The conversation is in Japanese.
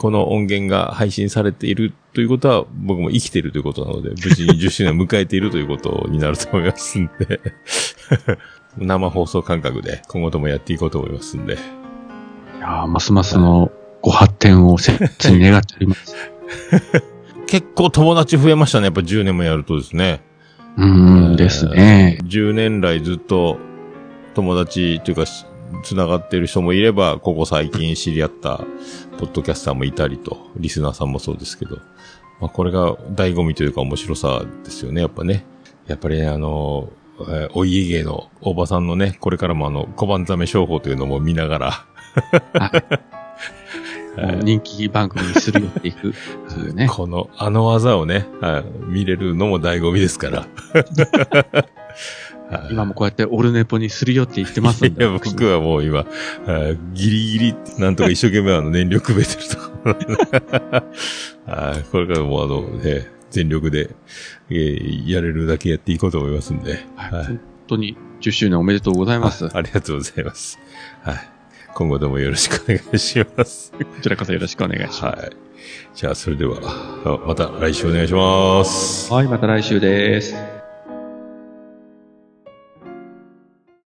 この音源が配信されているということは、僕も生きているということなので、無事に10周年を迎えているということになると思いますんで、生放送感覚で今後ともやっていこうと思いますんで。 いやますますのご発展を切に願っております。 結構友達増えましたね。やっぱ10年もやるとですね。 ですね。 10年来ずっと友達というか、繋がっている人もいれば、ここ最近知り合ったポッドキャスターもいたりと、リスナーさんもそうですけど、まあこれが醍醐味というか面白さですよね、やっぱね。やっぱりね、お家芸のおばさんのね、これからも小判ザメ商法というのも見ながら、 人気番組にするよっていくというね。 この、技をね、見れるのも醍醐味ですから。 今もこうやってオルネポにするよって言ってますんで。 いや、僕はもう今、ギリギリ、なんとか一生懸命燃料くべてると。これからも全力で、やれるだけやっていこうと思いますんで。 本当に10周年おめでとうございます。 ありがとうございます。はい。今後ともよろしくお願いします。 こちらこそよろしくお願いします。 はい。じゃあ、それでは、また来週お願いします。 はい、また来週です。